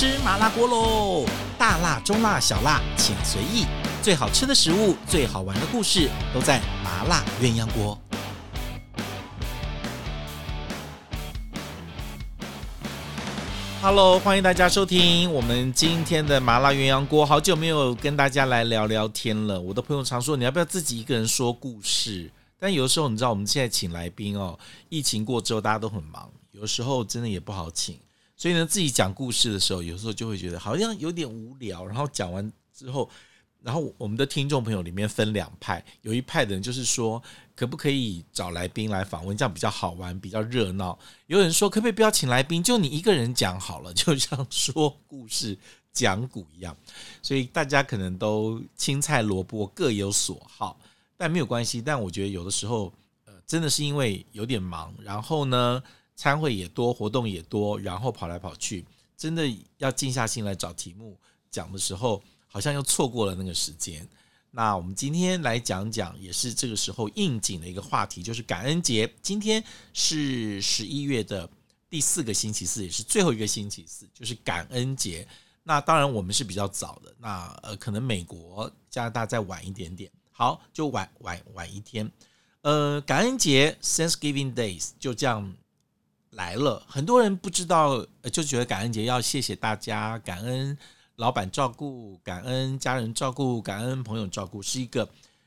吃麻辣锅喽！大辣、中辣、小辣，请随意。最好吃的食物，最好玩的故事，都在麻辣鸳鸯锅。Hello， 欢迎大家收听我们今天的麻辣鸳鸯锅。好久没有跟大家来聊聊天了。我的朋友常说，你要不要自己一个人说故事？但有的时候，你知道我们现在请来宾哦，疫情过之后大家都很忙，有的时候真的也不好请。所以呢，自己讲故事的时候，有时候就会觉得好像有点无聊。然后讲完之后，然后我们的听众朋友里面分两派，有一派的人就是说，可不可以找来宾来访问，这样比较好玩，比较热闹。有人说，可不可以不要请来宾，就你一个人讲好了，就像说故事讲古一样。所以大家可能都青菜萝卜各有所好，但没有关系。但我觉得有的时候，真的是因为有点忙，然后呢，餐会也多，活动也多，然后跑来跑去，真的要静下心来找题目讲的时候，好像又错过了那个时间。那我们今天来讲讲，也是这个时候应景的一个话题，就是感恩节。今天是11月的第4个星期四，也是最后一个星期四，就是感恩节。那当然我们是比较早的，那可能美国、加拿大再晚一点点，好，就晚一天。感恩节 Thanksgiving Days 就这样来了。很多人不知道，就觉得感恩节要谢谢大家，感恩老板照顾，感恩家人照顾，感恩朋友照顾，是一个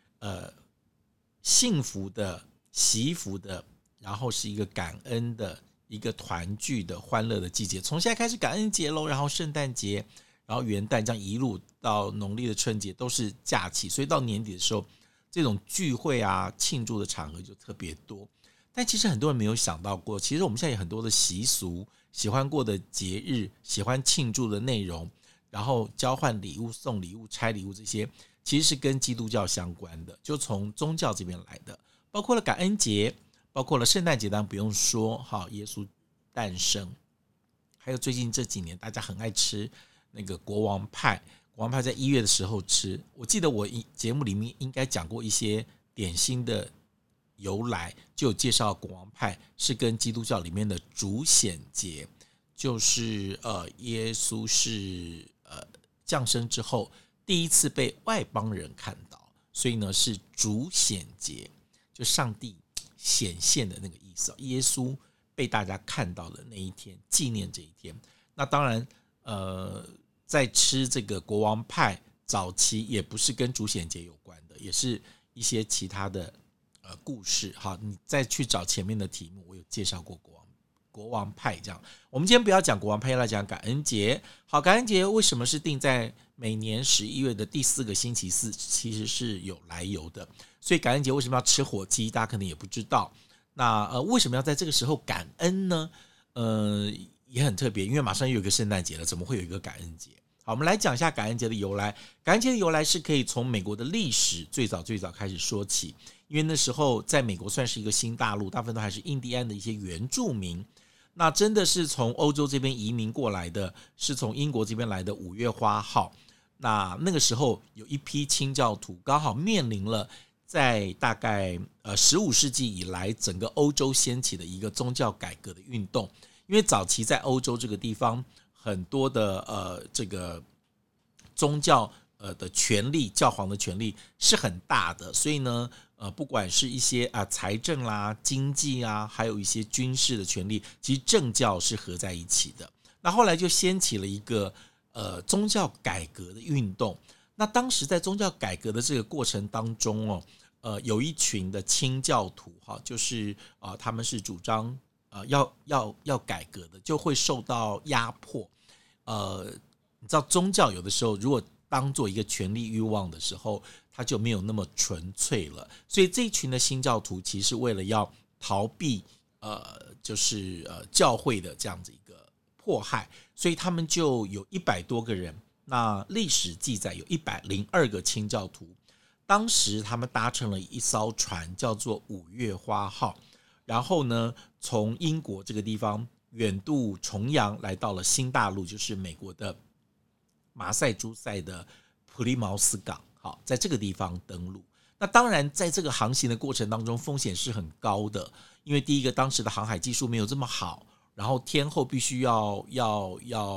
幸福的、祈福的，然后是一个感恩的、一个团聚的、欢乐的季节。从现在开始感恩节咯，然后圣诞节，然后元旦，这样一路到农历的春节都是假期，所以到年底的时候，这种聚会啊、庆祝的场合就特别多。但其实很多人没有想到过，其实我们现在有很多的习俗，喜欢过的节日，喜欢庆祝的内容，然后交换礼物、送礼物、拆礼物，这些其实是跟基督教相关的，就从宗教这边来的，包括了感恩节，包括了圣诞节，当然不用说，耶稣诞生，还有最近这几年大家很爱吃那个国王派，国王派在1月的时候吃。我记得我节目里面应该讲过一些点心的由来，就有介绍国王派是跟基督教里面的主显节，就是耶稣是降生之后第一次被外邦人看到，所以呢是主显节，就上帝显现的那个意思，耶稣被大家看到的那一天，纪念这一天。那当然在吃这个国王派早期也不是跟主显节有关的，也是一些其他的故事。好，你再去找前面的题目，我有介绍过国王派这样。我们今天不要讲国王派，要来讲感恩节。好，感恩节为什么是定在每年11月的第4个星期四，其实是有来由的。所以感恩节为什么要吃火鸡，大家可能也不知道。那为什么要在这个时候感恩呢？也很特别，因为马上又有一个圣诞节了，怎么会有一个感恩节？好，我们来讲一下感恩节的由来。感恩节的由来是可以从美国的历史最早开始说起，因为那时候在美国算是一个新大陆，大部分都还是印第安的一些原住民。那真的是从欧洲这边移民过来的，是从英国这边来的5月花号。那个时候有一批清教徒刚好面临了在大概15世纪以来整个欧洲掀起的一个宗教改革的运动。因为早期在欧洲这个地方，很多的这个宗教的权力，教皇的权力是很大的，所以呢不管是一些财政啦、经济啊，还有一些军事的权力，其实政教是合在一起的。那后来就掀起了一个宗教改革的运动。那当时在宗教改革的这个过程当中有一群的清教徒就是他们是主张要改革的，就会受到压迫。你知道宗教有的时候如果当做一个权力欲望的时候，它就没有那么纯粹了。所以这一群的新教徒其实为了要逃避就是教会的这样子一个迫害，所以他们就有100多个人。那历史记载有102个清教徒，当时他们搭乘了一艘船叫做5月花号，然后呢从英国这个地方远渡重洋来到了新大陆，就是美国的马赛诸塞的普利茅斯港。好，在这个地方登陆。那当然在这个航行的过程当中风险是很高的，因为第一个当时的航海技术没有这么好，然后天候必须要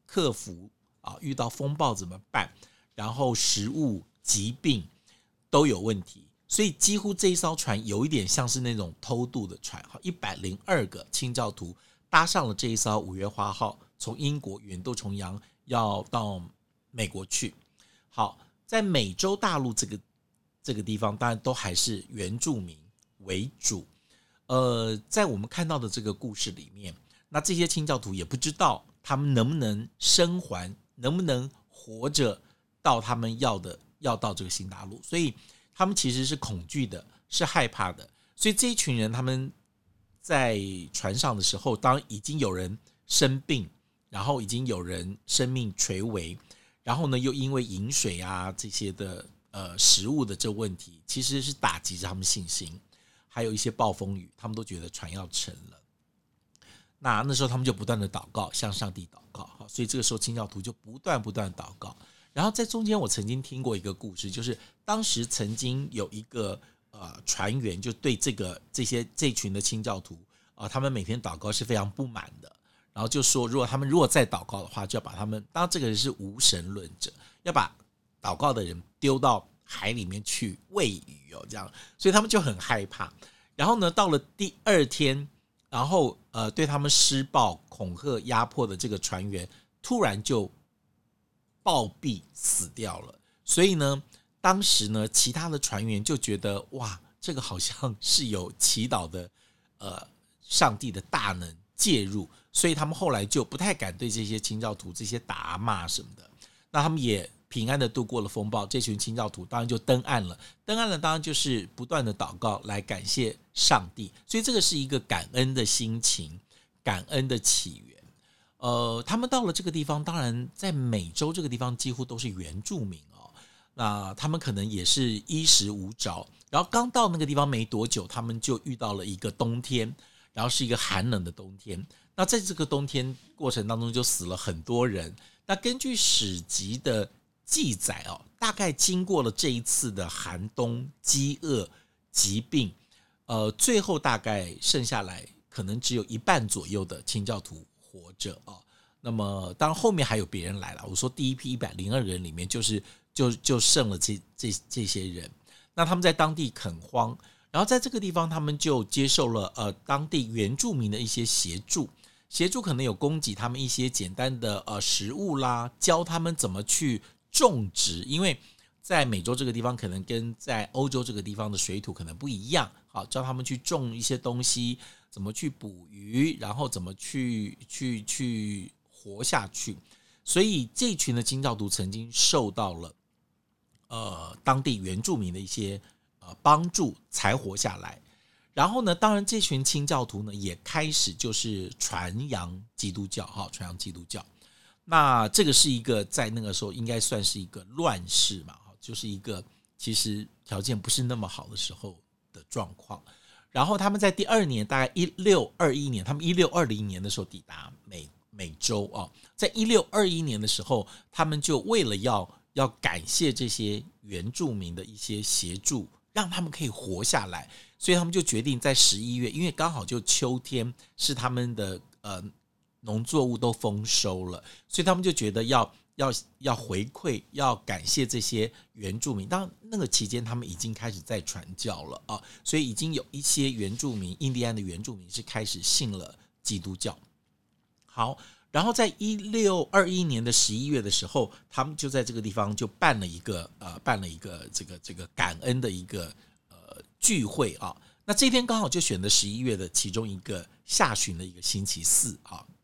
克服遇到风暴怎么办，然后食物、疾病都有问题，所以几乎这一艘船有一点像是那种偷渡的船，102个清教徒搭上了这一艘五月花号，从英国远渡重洋要到美国去。好，在美洲大陆这个地方当然都还是原住民为主。在我们看到的这个故事里面，那这些清教徒也不知道他们能不能生还，能不能活着到他们要到这个新大陆，所以他们其实是恐惧的，是害怕的。所以这一群人他们在船上的时候，当然已经有人生病，然后已经有人生命垂危，然后呢又因为饮水啊这些的食物的这问题，其实是打击着他们信心，还有一些暴风雨，他们都觉得船要沉了。那时候他们就不断的祷告，向上帝祷告，所以这个时候清教徒就不断祷告。然后在中间我曾经听过一个故事，就是当时曾经有一个船员就对这群的清教徒他们每天祷告是非常不满的，然后就说他们如果再祷告的话，就要把他们，当然这个人是无神论者，要把祷告的人丢到海里面去喂鱼这样，所以他们就很害怕。然后呢，到了第2天，然后对他们施暴、恐吓、压迫的这个船员突然就暴毙死掉了。所以呢，当时呢，其他的船员就觉得哇，这个好像是有祈祷的上帝的大能介入，所以他们后来就不太敢对这些清教徒这些打骂什么的。那他们也平安的度过了风暴，这群清教徒当然就登岸了。登岸了当然就是不断的祷告来感谢上帝，所以这个是一个感恩的心情，感恩的起源。他们到了这个地方，当然在美洲这个地方几乎都是原住民那他们可能也是衣食无着，然后刚到那个地方没多久，他们就遇到了一个冬天，然后是一个寒冷的冬天。那在这个冬天过程当中就死了很多人。那根据史籍的记载大概经过了这一次的寒冬、饥饿、疾病，最后大概剩下来可能只有一半左右的清教徒活着那么当然后面还有别人来了，我说第一批102人里面就剩了这些人。那他们在当地垦荒，然后在这个地方他们就接受了当地原住民的一些协助可能有供给他们一些简单的食物啦，教他们怎么去种植，因为在美洲这个地方可能跟在欧洲这个地方的水土可能不一样，好，教他们去种一些东西，怎么去捕鱼，然后怎么去活下去。所以这一群的清教徒曾经受到了当地原住民的一些帮助才活下来。然后呢，当然这群清教徒呢也开始就是传扬基督教。那这个是一个在那个时候应该算是一个乱世嘛，就是一个其实条件不是那么好的时候的状况。然后他们在第2年，大概1621年，他们1620年的时候抵达美洲在1621年的时候，他们就为了要感谢这些原住民的一些协助，让他们可以活下来，所以他们就决定在11月，因为刚好就秋天，是他们的农作物都丰收了，所以他们就觉得要回馈，要感谢这些原住民。当然那个期间他们已经开始在传教了所以已经有一些原住民，印第安的原住民是开始信了基督教。好，然后在1621年的11月的时候，他们就在这个地方就办了一个这个感恩的一个聚会那这一天刚好就选的11月的其中一个下旬的一个星期四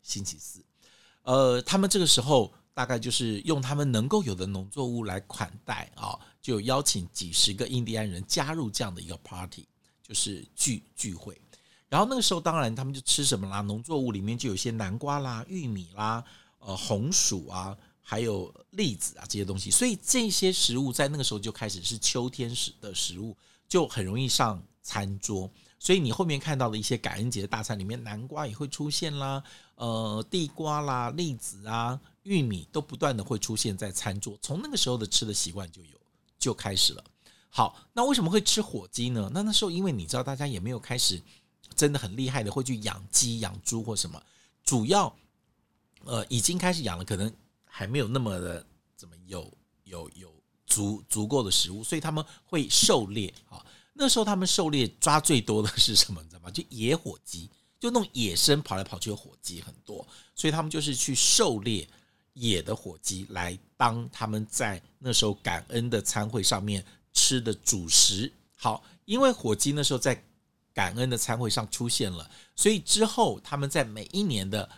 他们这个时候大概就是用他们能够有的农作物来款待就邀请几十个印第安人加入这样的一个 party， 就是聚会。然后那个时候当然他们就吃什么啦，农作物里面就有些南瓜啦、玉米啦、红薯啊，还有栗子啊这些东西，所以这些食物在那个时候就开始是秋天的食物，就很容易上餐桌。所以你后面看到的一些感恩节的大餐里面，南瓜也会出现啦，地瓜啦、栗子啊、玉米都不断的会出现在餐桌，从那个时候的吃的习惯就开始了。好，那为什么会吃火鸡呢？那时候因为你知道大家也没有开始真的很厉害的会去养鸡养猪或什么，主要已经开始养了，可能还没有那么的怎么有足够的食物，所以他们会狩猎。那时候他们狩猎抓最多的是什么？你知道吗？就野火鸡，就那种野生跑来跑去的火鸡很多，所以他们就是去狩猎野的火鸡来当他们在那时候感恩的餐会上面吃的主食。好，因为火鸡那时候在感恩的餐会上出现了，所以之后他们在每一年的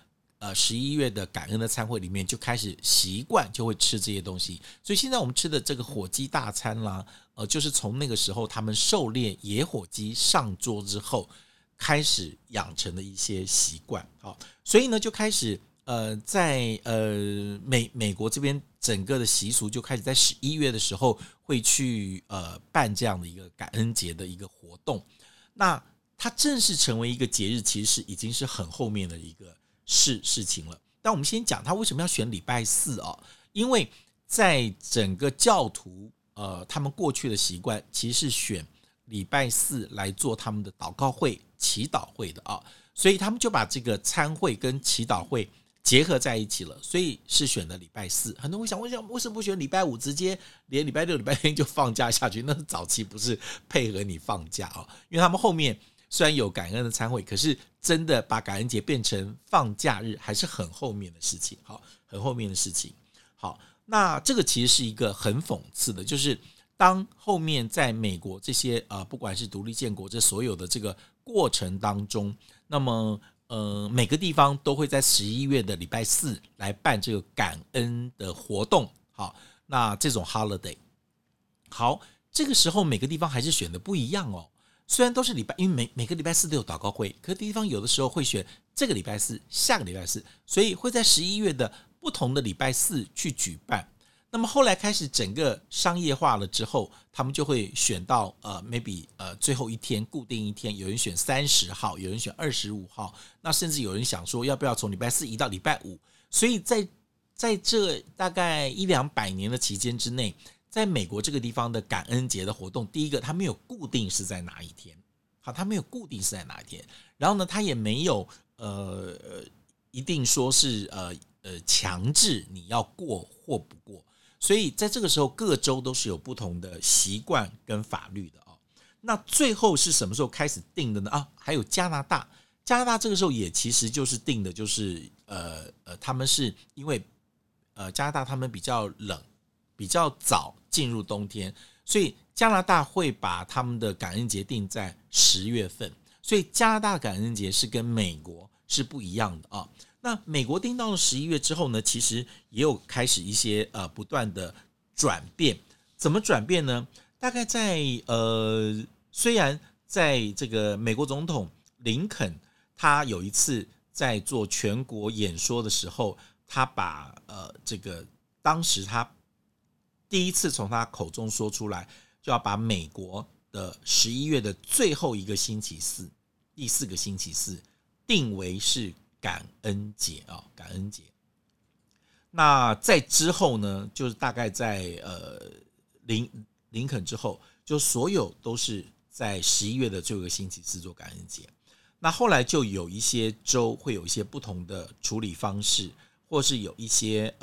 11月的感恩的餐会里面就开始习惯就会吃这些东西，所以现在我们吃的这个火鸡大餐啦，就是从那个时候他们狩猎野火鸡上桌之后开始养成的一些习惯。好，所以呢就开始在美国这边整个的习俗就开始在11月的时候会去办这样的一个感恩节的一个活动。那它正式成为一个节日，其实已经是很后面的一个事情了。但我们先讲他为什么要选礼拜四哦，因为在整个教徒他们过去的习惯其实是选礼拜四来做他们的祷告会、祈祷会的啊，所以他们就把这个餐会跟祈祷会结合在一起了，所以是选的礼拜四。很多人会想，为什么不选礼拜五，直接连礼拜六、礼拜天就放假下去？那早期不是配合你放假哦，因为他们后面虽然有感恩的餐会，可是真的把感恩节变成放假日，还是很后面的事情。好，很后面的事情。好，那这个其实是一个很讽刺的，就是当后面在美国这些不管是独立建国这所有的这个过程当中，那么每个地方都会在11月的礼拜四来办这个感恩的活动。好，那这种 holiday， 好，这个时候每个地方还是选的不一样哦。虽然都是礼拜，因为每个礼拜四都有祷告会，可是地方有的时候会选这个礼拜四、下个礼拜四，所以会在11月的不同的礼拜四去举办。那么后来开始整个商业化了之后，他们就会选到maybe 最后一天固定一天，有人选30号，有人选25号，那甚至有人想说要不要从礼拜四移到礼拜五。所以在这大概100-200年的期间之内，在美国这个地方的感恩节的活动，第一个它没有固定是在哪一天，好，它没有固定是在哪一天，然后呢，它也没有一定说是强制你要过或不过，所以在这个时候各州都是有不同的习惯跟法律的哦。那最后是什么时候开始定的呢？还有加拿大这个时候也其实就是定的，就是他们是因为加拿大他们比较冷，比较早进入冬天，所以加拿大会把他们的感恩节定在10月份，所以加拿大的感恩节是跟美国是不一样的啊。那美国定到了11月之后呢，其实也有开始一些不断的转变。怎么转变呢？大概在虽然在这个美国总统林肯他有一次在做全国演说的时候，他把这个当时他第一次从他口中说出来，就要把美国的11月的最后一个星期四，第4个星期四定为是感恩节啊，感恩节。那在之后呢，就是大概在林肯之后，就所有都是在11月的最后一个星期四做感恩节。那后来就有一些州会有一些不同的处理方式，或是有一些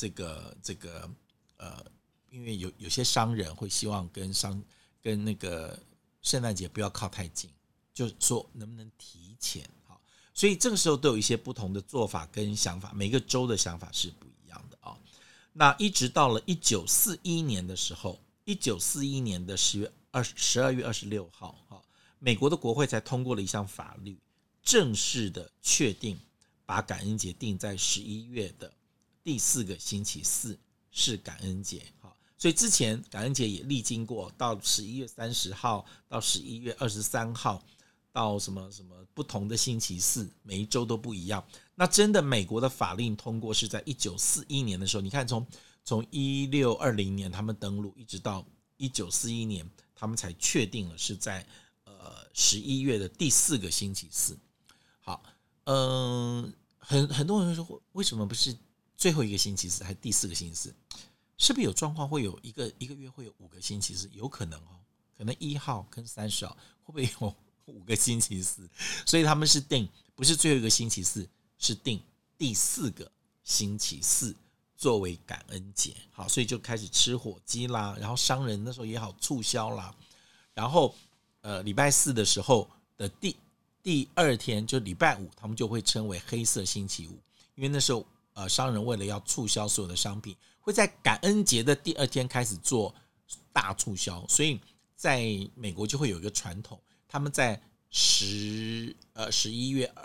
因为有些商人会希望跟那个圣诞节不要靠太近，就说能不能提前。好，所以这个时候都有一些不同的做法跟想法，每个州的想法是不一样的啊。那一直到了1941年的时候，1941年的12月26号，美国的国会才通过了一项法律，正式的确定把感恩节定在11月的第4个星期四是感恩节。所以之前感恩节也历经过到11月30号到11月23号到什么什么不同的星期四，每一周都不一样。那真的美国的法令通过是在1941年的时候，你看从1620年他们登陆一直到1941年他们才确定了是在11月的第4个星期四。好，很多人说为什么不是最后一个星期四还是第4个星期四？是不是有状况会有一个月会有5个星期四？有可能哦，可能1号跟30号会不会有5个星期四？所以他们是定不是最后一个星期四，是定第4个星期四作为感恩节。好，所以就开始吃火鸡啦，然后商人那时候也好促销啦，然后礼拜四的时候的第二天就礼拜五，他们就会称为黑色星期五，因为那时候商人为了要促销所有的商品，会在感恩节的第二天开始做大促销，所以在美国就会有一个传统，他们在11月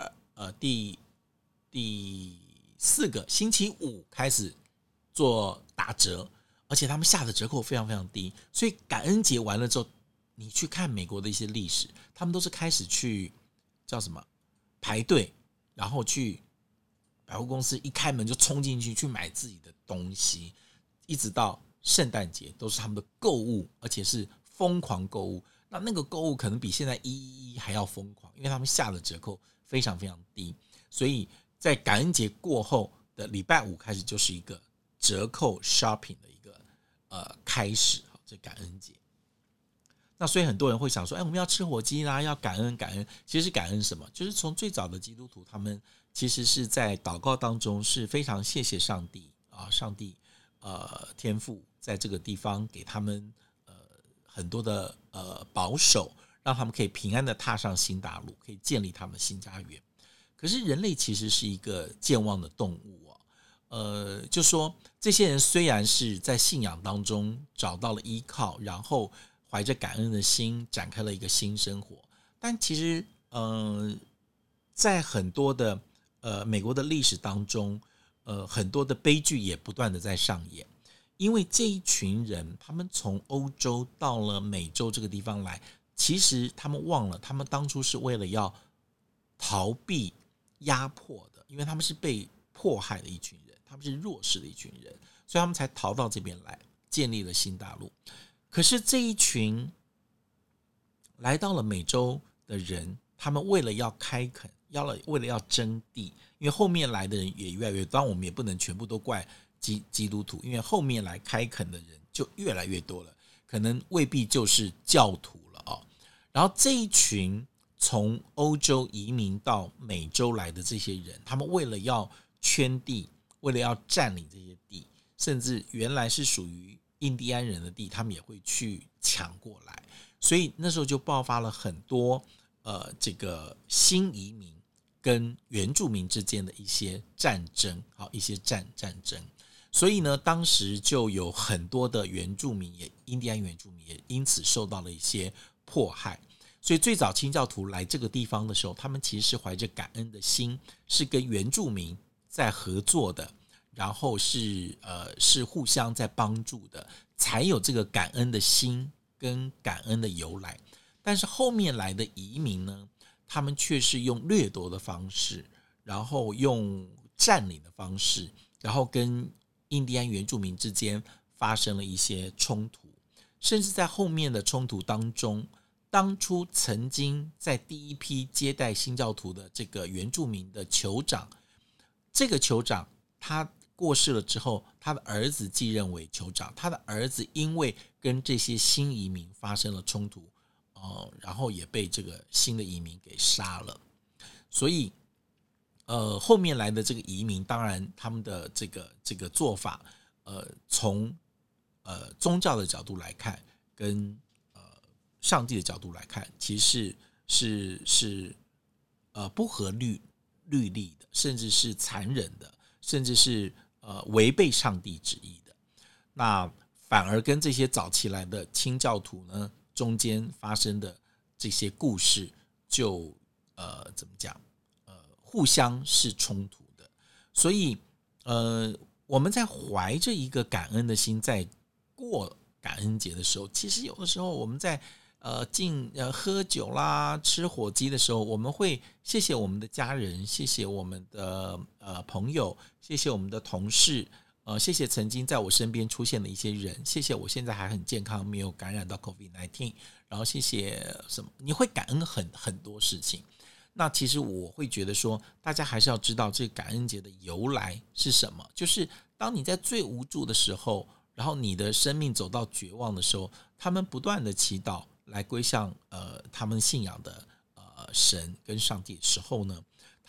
第4个星期五开始做打折，而且他们下的折扣非常非常低，所以感恩节完了之后，你去看美国的一些历史，他们都是开始去叫什么排队，然后去百货公司一开门就冲进去买自己的东西，一直到圣诞节都是他们的购物，而且是疯狂购物。那个购物可能比现在111还要疯狂，因为他们下的折扣非常非常低，所以在感恩节过后的礼拜五开始就是一个折扣 shopping 的一个开始，这感恩节。那所以很多人会想说，我们要吃火鸡啦，要感恩感恩。其实感恩什么？就是从最早的基督徒，他们其实是在祷告当中是非常谢谢上帝啊，上帝天父在这个地方给他们很多的保守，让他们可以平安的踏上新大陆，可以建立他们的新家园。可是人类其实是一个健忘的动物就说这些人虽然是在信仰当中找到了依靠，然后怀着感恩的心展开了一个新生活，但其实在很多的美国的历史当中，很多的悲剧也不断的在上演。因为这一群人他们从欧洲到了美洲这个地方来，其实他们忘了他们当初是为了要逃避压迫的，因为他们是被迫害的一群人，他们是弱势的一群人，所以他们才逃到这边来建立了新大陆。可是这一群来到了美洲的人，他们为了要开垦，为了要征地，因为后面来的人也越来越多，当然我们也不能全部都怪基督徒，因为后面来开垦的人就越来越多了，可能未必就是教徒了然后这一群从欧洲移民到美洲来的这些人，他们为了要圈地，为了要占领这些地，甚至原来是属于印第安人的地，他们也会去抢过来，所以那时候就爆发了很多这个新移民跟原住民之间的一些战争，一些战争。所以呢，当时就有很多的原住民印第安原住民也因此受到了一些迫害。所以最早清教徒来这个地方的时候，他们其实是怀着感恩的心，是跟原住民在合作的，然后是互相在帮助的，才有这个感恩的心跟感恩的由来。但是后面来的移民呢，他们却是用掠夺的方式，然后用占领的方式，然后跟印第安原住民之间发生了一些冲突，甚至在后面的冲突当中，当初曾经在第一批接待新教徒的这个原住民的酋长，这个酋长他过世了之后，他的儿子继任为酋长，他的儿子因为跟这些新移民发生了冲突然后也被这个新的移民给杀了。所以后面来的这个移民，当然他们的这个做法从宗教的角度来看，跟上帝的角度来看，其实是不合律例的，甚至是残忍的，甚至是违背上帝旨意的。那反而跟这些早期来的清教徒呢，中间发生的这些故事就怎么讲互相是冲突的。所以我们在怀着一个感恩的心在过感恩节的时候，其实有的时候我们在喝酒啦吃火鸡的时候，我们会谢谢我们的家人，谢谢我们的朋友，谢谢我们的同事谢谢曾经在我身边出现的一些人，谢谢我现在还很健康，没有感染到 COVID-19， 然后谢谢什么，你会感恩很多事情。那其实我会觉得说，大家还是要知道这个感恩节的由来是什么，就是当你在最无助的时候，然后你的生命走到绝望的时候，他们不断的祈祷来归向他们信仰的神跟上帝的时候呢，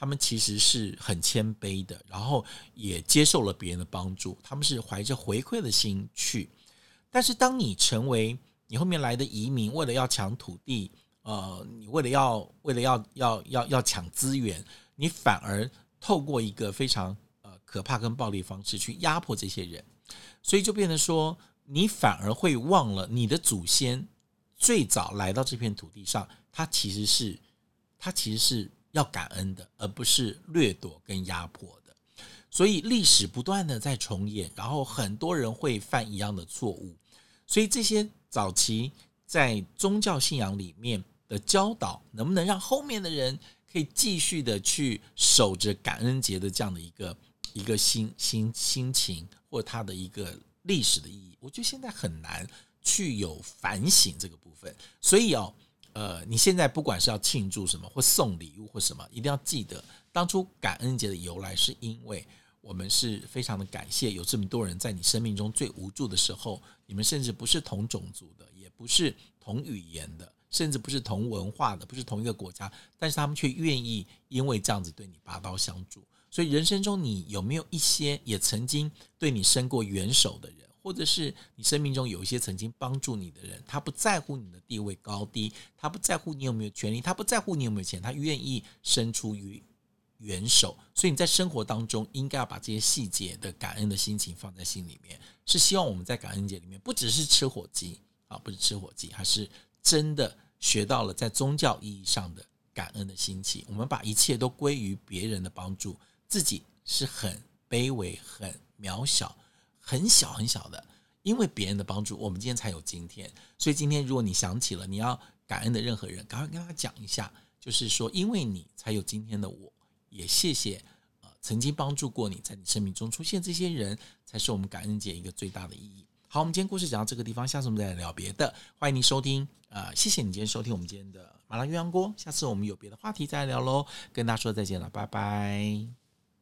他们其实是很谦卑的，然后也接受了别人的帮助，他们是怀着回馈的心去。但是当你成为你后面来的移民，为了要抢土地，你为了要抢资源，你反而透过一个非常可怕跟暴力方式去压迫这些人，所以就变成说，你反而会忘了你的祖先最早来到这片土地上，他其实是要感恩的，而不是掠夺跟压迫的。所以历史不断的在重演，然后很多人会犯一样的错误，所以这些早期在宗教信仰里面的教导，能不能让后面的人可以继续的去守着感恩节的这样的一个心情，或它的一个历史的意义，我觉得现在很难去有反省这个部分。所以你现在不管是要庆祝什么或送礼物或什么，一定要记得当初感恩节的由来，是因为我们是非常的感谢有这么多人在你生命中最无助的时候，你们甚至不是同种族的，也不是同语言的，甚至不是同文化的，不是同一个国家，但是他们却愿意因为这样子对你拔刀相助。所以人生中你有没有一些也曾经对你伸过援手的人，或者是你生命中有一些曾经帮助你的人，他不在乎你的地位高低，他不在乎你有没有权利，他不在乎你有没有钱，他愿意伸出援手。所以你在生活当中应该要把这些细节的感恩的心情放在心里面，是希望我们在感恩节里面不只是吃火鸡不是吃火鸡，还是真的学到了在宗教意义上的感恩的心情。我们把一切都归于别人的帮助，自己是很卑微很渺小很小很小的，因为别人的帮助我们今天才有今天。所以今天如果你想起了你要感恩的任何人，赶快跟他讲一下，就是说因为你才有今天的我，也谢谢曾经帮助过你，在你生命中出现这些人，才是我们感恩节一个最大的意义。好，我们今天故事讲到这个地方，下次我们再来聊别的。欢迎您收听谢谢你今天收听我们今天的麻辣鸳鸯锅，下次我们有别的话题再来聊咯，跟大家说再见了，拜拜。